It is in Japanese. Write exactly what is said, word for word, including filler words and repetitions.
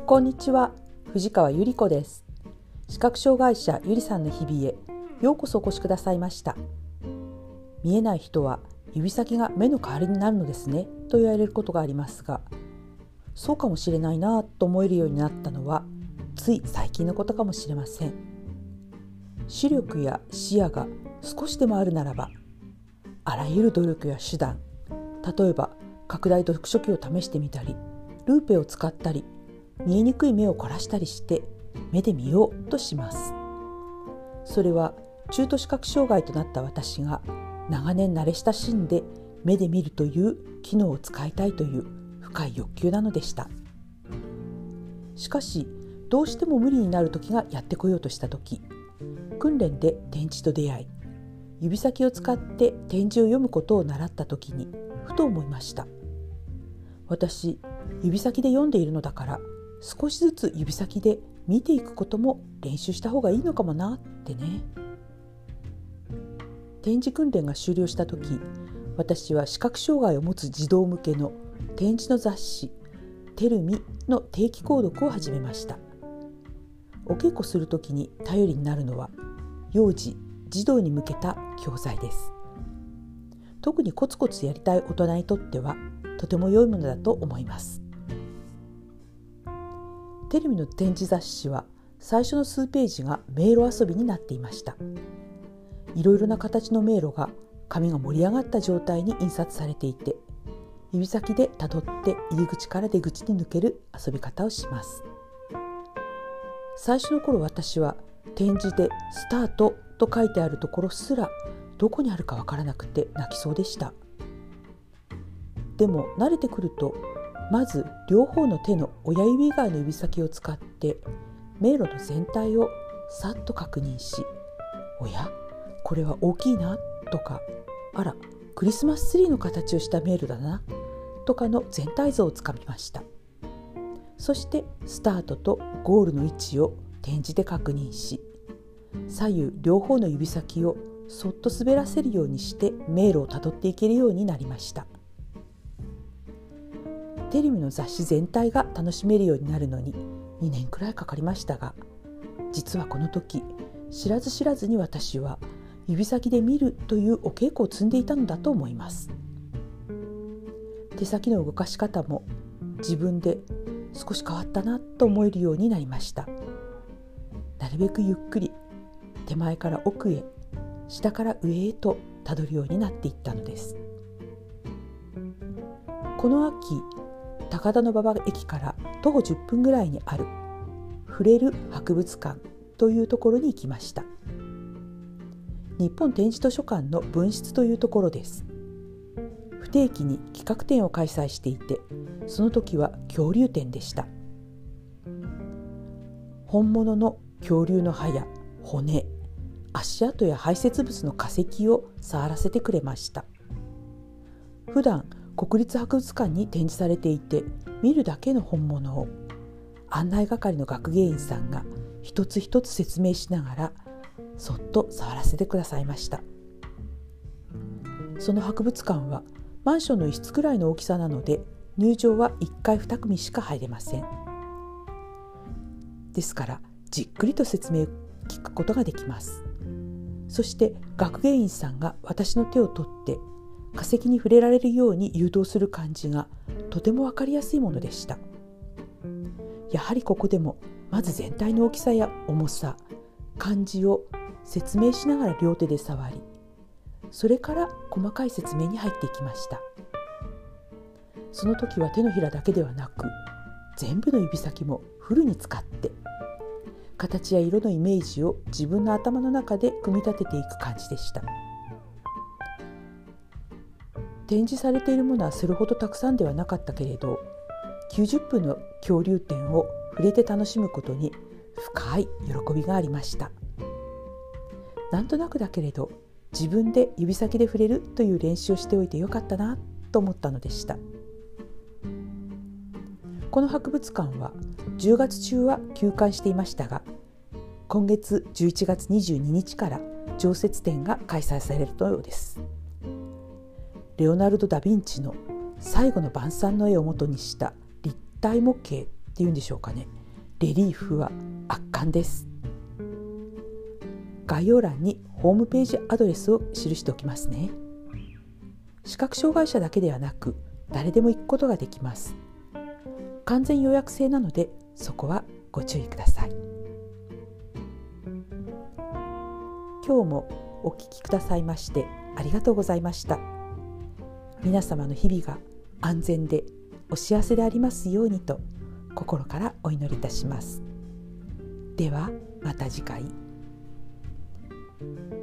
こんにちは、藤川ゆり子です。視覚障害者ゆりさんの日々へようこそお越しくださいました。見えない人は指先が目の代わりになるのですねと言われることがありますが、そうかもしれないなと思えるようになったのはつい最近のことかもしれません。視力や視野が少しでもあるならば、あらゆる努力や手段、例えば拡大読書器を試してみたり、ルーペを使ったり、見えにくい目を凝らしたりして目で見ようとします。それは中途視覚障害となった私が長年慣れ親しんで目で見るという機能を使いたいという深い欲求なのでした。しかしどうしても無理になる時がやってこようとした時、訓練で点字と出会い、指先を使って点字を読むことを習った時にふと思いました。私、指先で読んでいるのだから、少しずつ指先で見ていくことも練習した方がいいのかもなってね。点字訓練が終了した時、私は視覚障害を持つ児童向けの点字の雑誌テルミの定期購読を始めました。お稽古する時に頼りになるのは幼児・児童に向けた教材です。特にコツコツやりたい大人にとってはとても良いものだと思います。テレビの展示雑誌は最初の数ページが迷路遊びになっていました。いろいろな形の迷路が紙が盛り上がった状態に印刷されていて、指先でたどって入り口から出口に抜ける遊び方をします。最初の頃、私は点字でスタートと書いてあるところすらどこにあるかわからなくて泣きそうでした。でも慣れてくると、まず両方の手の親指以外の指先を使って迷路の全体をさっと確認し、おや、これは大きいなとか、あら、クリスマスツリーの形をした迷路だなとかの全体像をつかみました。そしてスタートとゴールの位置を点字で確認し、左右両方の指先をそっと滑らせるようにして迷路をたどっていけるようになりました。テレビの雑誌全体が楽しめるようになるのににねんくらいかかりましたが、実はこの時、知らず知らずに私は指先で見るというお稽古を積んでいたのだと思います。手先の動かし方も自分で少し変わったなと思えるようになりました。なるべくゆっくり手前から奥へ、下から上へとたどるようになっていったのです。この秋、高田馬場駅から徒歩じゅっぷんぐらいにある触れる博物館というところに行きました。日本点字図書館の分室というところです。不定期に企画展を開催していて、その時は恐竜展でした。本物の恐竜の歯や骨、足跡や排泄物の化石を触らせてくれました。普段国立博物館に展示されていて、見るだけの本物を案内係の学芸員さんが一つ一つ説明しながらそっと触らせてくださいました。その博物館はマンションの一室くらいの大きさなので、入場はいっかいに組しか入れません。ですからじっくりと説明を聞くことができます。そして学芸員さんが私の手を取って化石に触れられるように誘導する感じがとてもわかりやすいものでした。やはりここでもまず全体の大きさや重さ、感じを説明しながら両手で触り、それから細かい説明に入っていきました。その時は手のひらだけではなく、全部の指先もフルに使って形や色のイメージを自分の頭の中で組み立てていく感じでした。展示されているものはそれほどたくさんではなかったけれど、きゅうじゅっぷんの恐竜展を触れて楽しむことに深い喜びがありました。なんとなくだけれど、自分で指先で触れるという練習をしておいてよかったなと思ったのでした。この博物館はじゅうがつ中は休館していましたが、今月じゅういちがつにじゅうににちから常設展が開催されるようです。レオナルド・ダ・ヴィンチの最後の晩餐の絵を元にした立体模型っていうんでしょうかね、 レリーフは圧巻です。概要欄にホームページアドレスを記しておきますね。視覚障害者だけではなく誰でも行くことができます。完全予約制なのでそこはご注意ください。今日もお聞きくださいましてありがとうございました。皆様の日々が安全でお幸せでありますようにと心からお祈りいたします。ではまた次回。